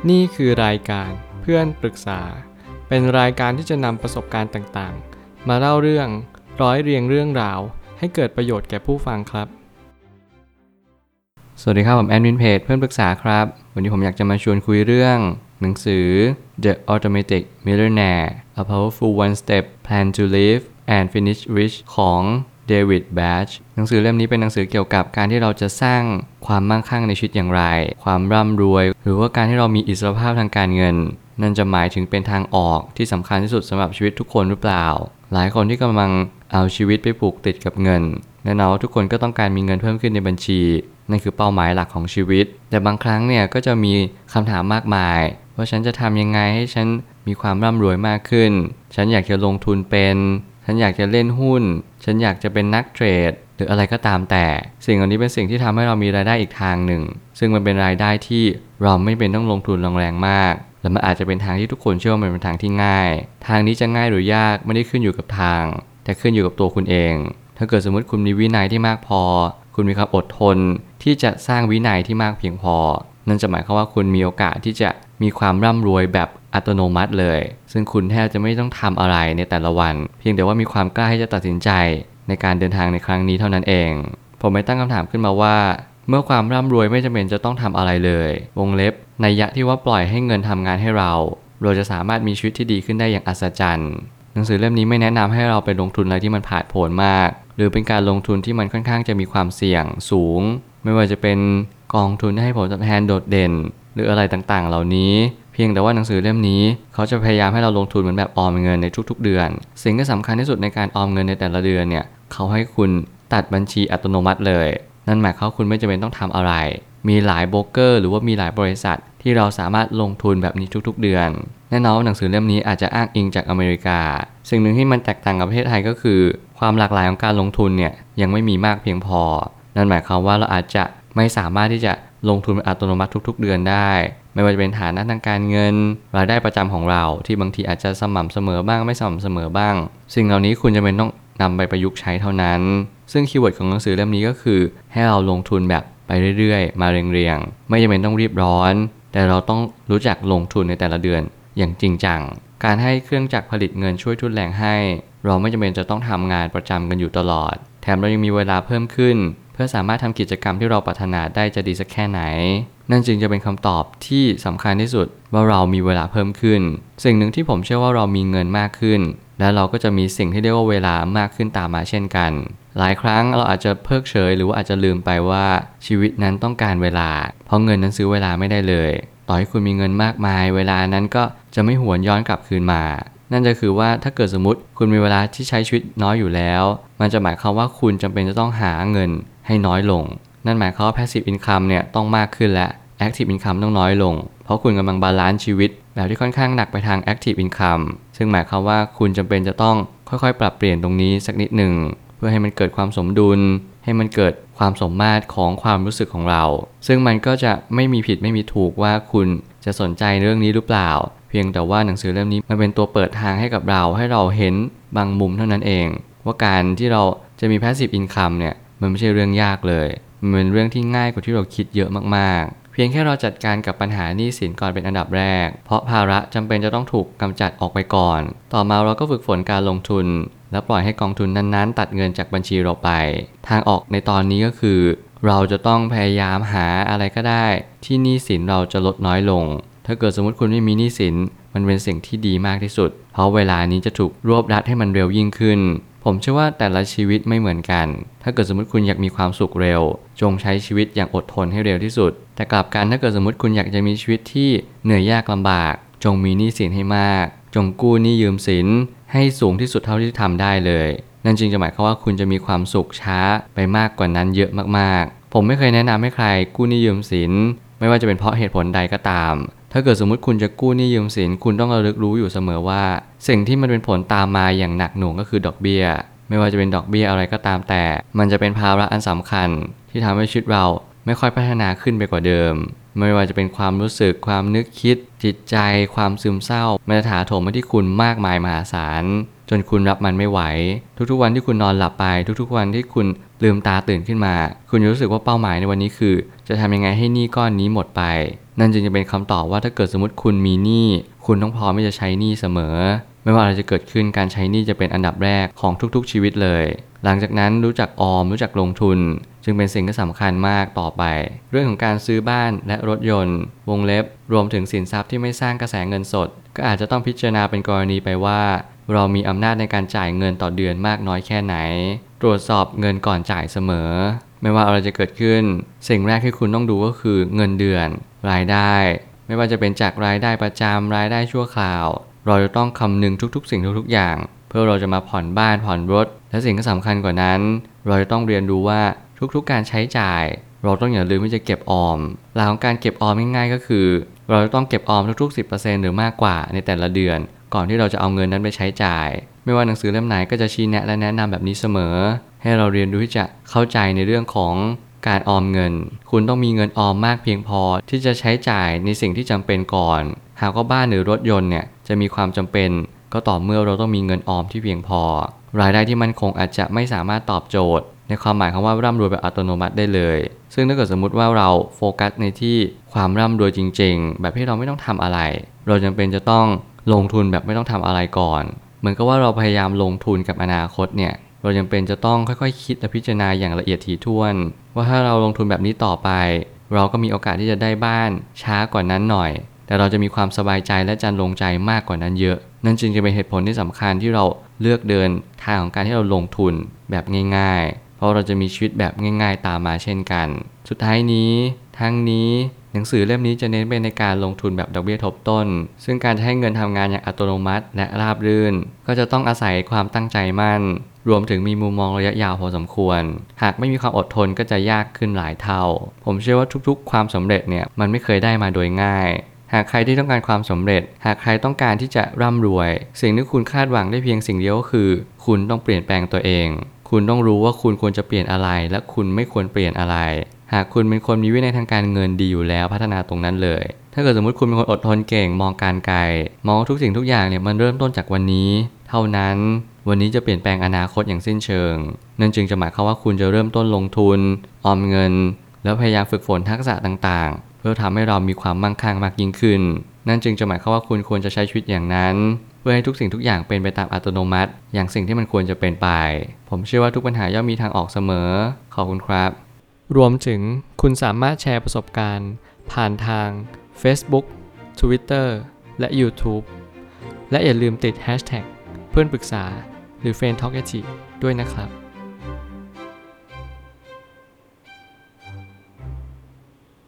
นี่คือรายการเพื่อนปรึกษาเป็นรายการที่จะนำประสบการณ์ต่างๆมาเล่าเรื่องร้อยเรียงเรื่องราวให้เกิดประโยชน์แก่ผู้ฟังครับสวัสดีครับผมแอดมินเพจเพื่อนปรึกษาครับวันนี้ผมอยากจะมาชวนคุยเรื่องหนังสือ The Automatic Millionaire A Powerful One Step Plan to Live and Finish Rich ของเดวิด แบชหนังสือเล่มนี้เป็นหนังสือเกี่ยวกับการที่เราจะสร้างความมั่งคั่งในชีวิตอย่างไรความร่ำรวยหรือว่าการที่เรามีอิสรภาพทางการเงินนั่นจะหมายถึงเป็นทางออกที่สำคัญที่สุดสำหรับชีวิตทุกคนหรือเปล่าหลายคนที่กำลังเอาชีวิตไปผูกติดกับเงินแน่นอนว่าทุกคนก็ต้องการมีเงินเพิ่มขึ้นในบัญชีนั่นคือเป้าหมายหลักของชีวิตแต่บางครั้งเนี่ยก็จะมีคำถามมากมายว่าฉันจะทำยังไงให้ฉันมีความร่ำรวยมากขึ้นฉันอยากจะลงทุนเป็นฉันอยากจะเล่นหุ้นฉันอยากจะเป็นนักเทรดหรืออะไรก็ตามแต่สิ่งเหล่านี้เป็นสิ่งที่ทำให้เรามีรายได้อีกทางหนึ่งซึ่งมันเป็นรายได้ที่เราไม่เป็นต้องลงทุนแรงมากและมันอาจจะเป็นทางที่ทุกคนเชื่อว่ามันเป็นทางที่ง่ายทางนี้จะง่ายหรือยากไม่ได้ขึ้นอยู่กับทางแต่ขึ้นอยู่กับตัวคุณเองถ้าเกิดสมมติคุณมีวินัยที่มากพอคุณมีความอดทนที่จะสร้างวินัยที่มากเพียงพอนั่นจะหมายความว่าคุณมีโอกาสที่จะมีความร่ำรวยแบบอัตโนมัติเลยซึ่งคุณแทบจะไม่ต้องทำอะไรในแต่ละวันเพียงแต่ว่ามีความกล้าที่จะตัดสินใจในการเดินทางในครั้งนี้เท่านั้นเองผมไม่ตั้งคำถามขึ้นมาว่าเมื่อความร่ำรวยไม่จำเป็นจะต้องทำอะไรเลยวงเล็บนัยยะที่ว่าปล่อยให้เงินทำงานให้เราจะสามารถมีชีวิตที่ดีขึ้นได้อย่างอัศจรรย์หนังสือเล่มนี้ไม่แนะนำให้เราไปลงทุนอะไรที่มันผาดโผนมากหรือเป็นการลงทุนที่มันค่อนข้างจะมีความเสี่ยงสูงไม่ว่าจะเป็นกองทุนที่ให้ผลตอบแทนโดดเด่นหรืออะไรต่างๆเหล่านี้เพียงแต่ว่าหนังสือเล่มนี้เขาจะพยายามให้เราลงทุนเหมือนแบบออมเงินในทุกๆเดือนสิ่งที่สำคัญที่สุดในการออมเงินในแต่ละเดือนเนี่ยเขาให้คุณตัดบัญชีอัตโนมัติเลยนั่นหมายความว่าคุณไม่จำเป็นต้องทำอะไรมีหลายโบรกเกอร์หรือว่ามีหลายบริษัทที่เราสามารถลงทุนแบบนี้ทุกๆเดือนแน่นอนหนังสือเล่มนี้อาจจะอ้างอิงจากอเมริกาสิ่งหนึ่งที่มันแตกต่างกับประเทศไทยก็คือความหลากหลายของการลงทุนเนี่ยยังไม่มีมากเพียงพอนั่นหมายความว่าเราอาจจะไม่สามารถที่จะลงทุนอัตโนมัติทุกๆเดือนได้ไม่ว่าจะเป็นฐานะทางการเงินรายได้ประจำของเราที่บางทีอาจจะสม่ำเสมอบ้างไม่สม่ำเสมอบ้างสิ่งเหล่านี้คุณจะเป็นต้องนำไปประยุกต์ใช้เท่านั้นซึ่งคีย์เวิร์ดของหนังสือเล่มนี้ก็คือให้เราลงทุนแบบไปเรื่อยๆมาเรียงๆไม่จำเป็นต้องรีบร้อนแต่เราต้องรู้จักลงทุนในแต่ละเดือนอย่างจริงจังการให้เครื่องจักรผลิตเงินช่วยทุนแรงให้เราไม่จำเป็นจะต้องทำงานประจำกันอยู่ตลอดแถมเรายังมีเวลาเพิ่มขึ้นเพื่อสามารถทำกิจกรรมที่เราปรารถนาได้จะดีสักแค่ไหนนั่นจึงจะเป็นคำตอบที่สำคัญที่สุดว่าเรามีเวลาเพิ่มขึ้นสิ่งหนึ่งที่ผมเชื่อว่าเรามีเงินมากขึ้นและเราก็จะมีสิ่งที่เรียกว่าเวลามากขึ้นตามมาเช่นกันหลายครั้งเราอาจจะเพิกเฉยหรือว่าอาจจะลืมไปว่าชีวิตนั้นต้องการเวลาเพราะเงินนั้นซื้อเวลาไม่ได้เลยต่อให้คุณมีเงินมากมายเวลานั้นก็จะไม่หวนย้อนกลับคืนมานั่นจะคือว่าถ้าเกิดสมมติคุณมีเวลาที่ใช้ชีวิตน้อยอยู่แล้วมันจะหมายความว่าคุณจำเป็นจะต้องหาเงินให้น้อยลงนั่นหมายความว่า passive income เนี่ยต้องมากขึ้นและ active income ต้องน้อยลงเพราะคุณกำลังบาลานซ์ชีวิตแบบที่ค่อนข้างหนักไปทาง active income ซึ่งหมายความว่าคุณจำเป็นจะต้องค่อยๆปรับเปลี่ยนตรงนี้สักนิดหนึ่งเพื่อให้มันเกิดความสมดุลให้มันเกิดความสมมาตรของความรู้สึกของเราซึ่งมันก็จะไม่มีผิดไม่มีถูกว่าคุณจะสนใจเรื่องนี้หรือเปล่าเพียงแต่ว่าหนังสือเล่มนี้มันเป็นตัวเปิดทางให้กับเราให้เราเห็นบางมุมเท่านั้นเองว่าการที่เราจะมี passive income เนี่ยมันไม่ใช่เรื่องยากเลยมันเป็นเรื่องที่ง่ายกว่าที่เราคิดเยอะมากๆเพียงแค่เราจัดการกับปัญหาหนี้สินก่อนเป็นอันดับแรกเพราะภาระจำเป็นจะต้องถูกกำจัดออกไปก่อนต่อมาเราก็ฝึกฝนการลงทุนและปล่อยให้กองทุนนั้นๆตัดเงินจากบัญชีเราไปทางออกในตอนนี้ก็คือเราจะต้องพยายามหาอะไรก็ได้ที่หนี้สินเราจะลดน้อยลงถ้าเกิดสมมติคุณไม่มีหนี้สินมันเป็นสิ่งที่ดีมากที่สุดเพราะเวลานี้จะถูกรวบรัดให้มันเร็วยิ่งขึ้นผมเชื่อว่าแต่ละชีวิตไม่เหมือนกันถ้าเกิดสมมติคุณอยากมีความสุขเร็วจงใช้ชีวิตอย่างอดทนให้เร็วที่สุดแต่กลับกันถ้าเกิดสมมติคุณอยากจะมีชีวิตที่เหนื่อยยากลำบากจงมีหนี้สินให้มากจงกู้หนี้ยืมสินให้สูงที่สุดเท่าที่ทำได้เลยนั่นจึงจะหมายความว่าคุณจะมีความสุขช้าไปมากกว่านั้นเยอะมากๆผมไม่เคยแนะนำให้ใครกู้หนี้ยืมสินไม่ว่าจะเป็นเพราะเหตุผลใดก็ตามถ้าเกิดสมมุติคุณจะกู้หนี้ยืมสินคุณต้องระลึกรู้อยู่เสมอว่าสิ่งที่มันเป็นผลตามมาอย่างหนักหน่วงก็คือดอกเบี้ยไม่ว่าจะเป็นดอกเบี้ยอะไรก็ตามแต่มันจะเป็นภาระอันสำคัญที่ทำให้ชีวิตเราไม่ค่อยพัฒนาขึ้นไปกว่าเดิมไม่ว่าจะเป็นความรู้สึกความนึกคิดจิตใจความซึมเศร้ามันจะถาโถมมาที่คุณมากมายมหาศาลจนคุณรับมันไม่ไหวทุกๆวันที่คุณนอนหลับไปทุกๆวันที่คุณลืมตาตื่นขึ้นมาคุณรู้สึกว่าเป้าหมายในวันนี้คือจะทำยังไงให้หนี้ก้อนนี้หมดไปนั่นจึงจะเป็นคำตอบว่าถ้าเกิดสมมติคุณมีหนี้คุณต้องพร้อมที่จะใช้หนี้เสมอไม่ว่าอะไรจะเกิดขึ้นการใช้หนี้จะเป็นอันดับแรกของทุกๆชีวิตเลยหลังจากนั้นรู้จักออมรู้จักลงทุนจึงเป็นสิ่งที่สำคัญมากต่อไปเรื่องของการซื้อบ้านและรถยนต์วงเล็บรวมถึงสินทรัพย์ที่ไม่สร้างกระแสเงินสดก็อาจจะต้องพิจารณาเป็นกรณีไปว่าเรามีอำนาจในการจ่ายเงินต่อเดือนมากน้อยแค่ไหนตรวจสอบเงินก่อนจ่ายเสมอไม่ว่าอะไรจะเกิดขึ้นสิ่งแรกที่คุณต้องดูก็คือเงินเดือนรายได้ไม่ว่าจะเป็นจากรายได้ประจำรายได้ชั่วคราวเราจะต้องคำนึงทุกๆสิ่งทุกๆอย่างเพื่อเราจะมาผ่อนบ้านผ่อนรถและสิ่งที่สำคัญกว่านั้นเราจะต้องเรียนรู้ว่าทุกๆการใช้จ่ายเราต้องอย่าลืมที่จะเก็บออมหลักของการเก็บออมง่ายๆก็คือเราจะต้องเก็บออมทุกๆ 10% หรือมากกว่าในแต่ละเดือนก่อนที่เราจะเอาเงินนั้นไปใช้จ่ายไม่ว่าหนังสือเล่มไหนก็จะชี้แนะและแนะนำแบบนี้เสมอให้เราเรียนรู้ที่จะเข้าใจในเรื่องของการออมเงินคุณต้องมีเงินออมมากเพียงพอที่จะใช้จ่ายในสิ่งที่จำเป็นก่อนหากว่าบ้านหรือรถยนต์เนี่ยจะมีความจำเป็นก็ต่อเมื่อเราต้องมีเงินออมที่เพียงพอรายได้ที่มั่นคงอาจจะไม่สามารถตอบโจทย์ในความหมายคำว่าร่ำรวยแบบอัตโนมัติได้เลยซึ่งถ้าเกิดสมมุติว่าเราโฟกัสในที่ความร่ำรวยจริงๆแบบที่เราไม่ต้องทำอะไรเราจำเป็นจะต้องลงทุนแบบไม่ต้องทำอะไรก่อนเหมือนกับว่าเราพยายามลงทุนกับอนาคตเนี่ยเราจำเป็นจะต้องค่อยๆคิดและพิจารณาอย่างละเอียดถี่ถ้วนว่าถ้าเราลงทุนแบบนี้ต่อไปเราก็มีโอกาสที่จะได้บ้านช้ากว่านั้นหน่อยแต่เราจะมีความสบายใจและจันลงใจมากกว่านั้นเยอะนั่นจึงจะเป็นเหตุผลที่สำคัญที่เราเลือกเดินทางของการที่เราลงทุนแบบง่ายๆเพราะเราจะมีชีวิตแบบง่ายๆตามมาเช่นกันสุดท้ายนี้ทั้งนี้หนังสือเล่มนี้จะเน้นไปในการลงทุนแบบดอกเบี้ยทบต้นซึ่งการจะให้เงินทำงานอย่างอัตโนมัติและราบรื่นก็จะต้องอาศัยความตั้งใจมั่นรวมถึงมีมุมมองระยะยาวพอสมควรหากไม่มีความอดทนก็จะยากขึ้นหลายเท่าผมเชื่อว่าทุกๆความสำเร็จเนี่ยมันไม่เคยได้มาโดยง่ายหากใครที่ต้องการความสำเร็จหากใครต้องการที่จะร่ำรวยสิ่งที่คุณคาดหวังได้เพียงสิ่งเดียวก็คือคุณต้องเปลี่ยนแปลงตัวเองคุณต้องรู้ว่าคุณควรจะเปลี่ยนอะไรและคุณไม่ควรเปลี่ยนอะไรหากคุณเป็นคนมีวินัยทางการเงินดีอยู่แล้วพัฒนาตรงนั้นเลยถ้าเกิดสมมติคุณเป็นคนอดทนเก่งมองการไกลมองทุกสิ่งทุกอย่างเนี่ยมันเริ่มต้นจากวันนี้เท่านั้นวันนี้จะเปลี่ยนแปลงอนาคตอย่างสิ้นเชิงนั่นจึงจะหมายความว่าคุณจะเริ่มต้นลงทุนออมเงินแล้วพยายามฝึกฝนทักษะต่างๆเพื่อทำให้เรามีความมั่งคั่งมากยิ่งขึ้นนั่นจึงจะหมายความว่าคุณควรจะใช้ชีวิตอย่างนั้นเพื่อให้ทุกสิ่งทุกอย่างเป็นไปตามอัตโนมัติอย่างสิ่งที่มันควรจะเป็นไปผมเชื่อว่าทุกปัญหาย่อมมีทางออกเสมอขอบคุณครับรวมถึงคุณสามารถแชร์ประสบการณ์ผ่านทาง Facebook Twitter และ YouTube และอย่าลืมติด Hashtag เพื่อนปรึกษาหรือ Friend Talkative ด้วยนะครับ